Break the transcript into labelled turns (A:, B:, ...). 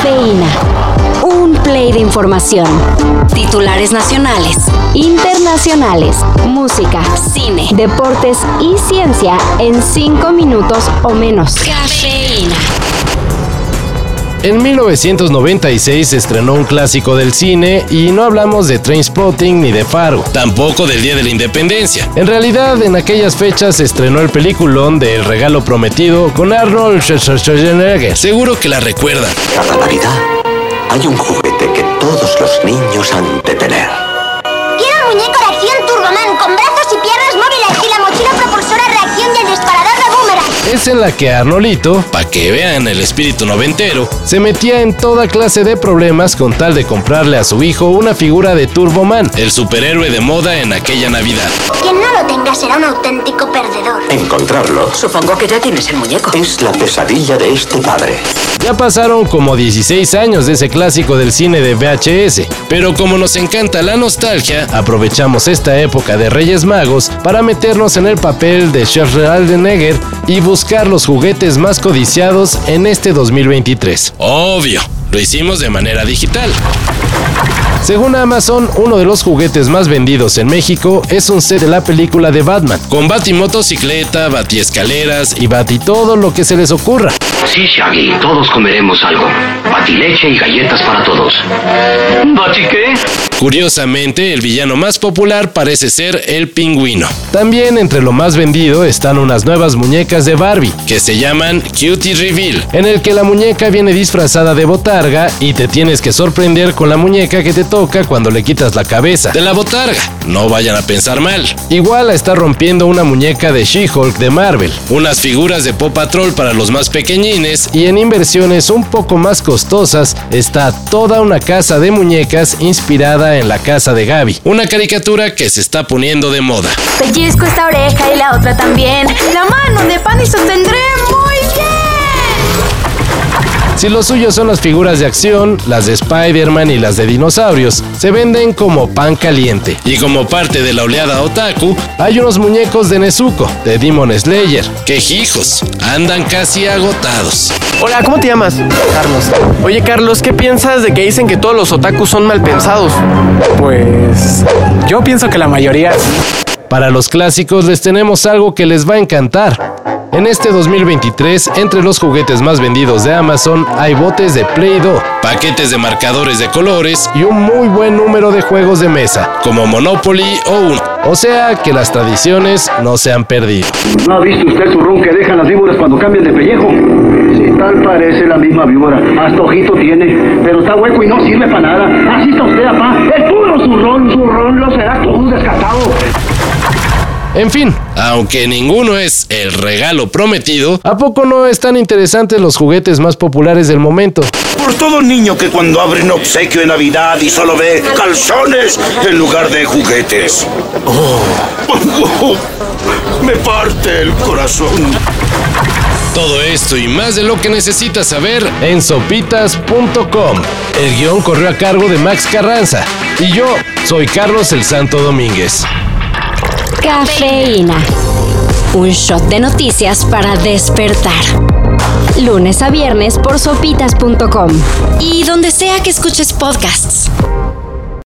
A: Cafeína. Un play de información. Titulares nacionales, internacionales, música, cine, deportes y ciencia en 5 minutos o menos. Cafeína.
B: En 1996 se estrenó un clásico del cine y no hablamos de Trainspotting ni de Fargo, tampoco del Día de la Independencia. En realidad, en aquellas fechas se estrenó el peliculón de El Regalo Prometido con Arnold Schwarzenegger. Seguro que la recuerdan.
C: Cada Navidad hay un juguete que todos los niños han de tener.
D: Quiero un muñeco de acción Turboman con brazos y piernas móviles y la mochila propulsora reacción y el disparador de boomerang.
B: Es en la que Arnolito, pa' que vean el espíritu noventero, se metía en toda clase de problemas con tal de comprarle a su hijo una figura de Turboman, el superhéroe de moda en aquella Navidad.
D: Quien no lo tenga será un auténtico perdedor.
C: Encontrarlo
E: Supongo que ya tienes el muñeco.
C: es la pesadilla de este padre.
B: Ya pasaron como 16 años de ese clásico del cine de VHS, pero como nos encanta la nostalgia, aprovechamos esta época de Reyes Magos para meternos en el papel de Schwarzenegger y buscar los juguetes más codiciados en este 2023. Obvio, lo hicimos de manera digital. Según Amazon, uno de los juguetes más vendidos en México es un set de la película de Batman, con batimotocicleta, batiescaleras y bati todo lo que se les ocurra.
F: Sí, Shaggy, todos comeremos algo. Batileche y galletas para todos. ¿Bati qué?
B: Curiosamente, el villano más popular parece ser el Pingüino. También entre lo más vendido están unas nuevas muñecas de Barbie, que se llaman Cutie Reveal, en el que la muñeca viene disfrazada de botarga y te tienes que sorprender con la muñeca que te toca cuando le quitas la cabeza de la botarga. No vayan a pensar mal. Igual está rompiendo una muñeca de She-Hulk de Marvel, unas figuras de Paw Patrol para los más pequeñines y en inversiones un poco más costosas está toda una casa de muñecas inspirada en la casa de Gaby, una caricatura que se está poniendo de moda.
G: Pellizco esta oreja y la otra también. La mano de pan y sostendré muy bien.
B: Si lo suyo son las figuras de acción, las de Spider-Man y las de dinosaurios, se venden como pan caliente. Y como parte de la oleada otaku, hay unos muñecos de Nezuko, de Demon Slayer, que hijos, andan casi agotados.
H: Hola, ¿cómo te llamas? Carlos. Oye, Carlos, ¿qué piensas de que dicen que todos los otakus son mal pensados?
I: Pues yo pienso que la mayoría sí.
B: Para los clásicos les tenemos algo que les va a encantar. En este 2023, entre los juguetes más vendidos de Amazon hay botes de Play-Doh, paquetes de marcadores de colores y un muy buen número de juegos de mesa, como Monopoly o Uno. O sea que las tradiciones no se han perdido.
J: ¿No ha visto usted el zurrón que dejan las víboras cuando cambian de pellejo? Sí, tal parece la misma víbora. Hasta ojito tiene, pero está hueco y no sirve para nada. Así está usted, apá. Es puro zurrón lo será todo un descartado.
B: En fin, aunque ninguno es el regalo prometido, ¿a poco no están interesantes los juguetes más populares del momento?
K: Por todo niño que cuando abre un obsequio de Navidad y solo ve calzones en lugar de juguetes. Me parte el corazón.
B: Todo esto y más de lo que necesitas saber en sopitas.com. El guión corrió a cargo de Max Carranza y yo soy Carlos el Santo Domínguez.
A: Cafeína. Un shot de noticias para despertar. Lunes a viernes por sopitas.com. Y donde sea que escuches podcasts.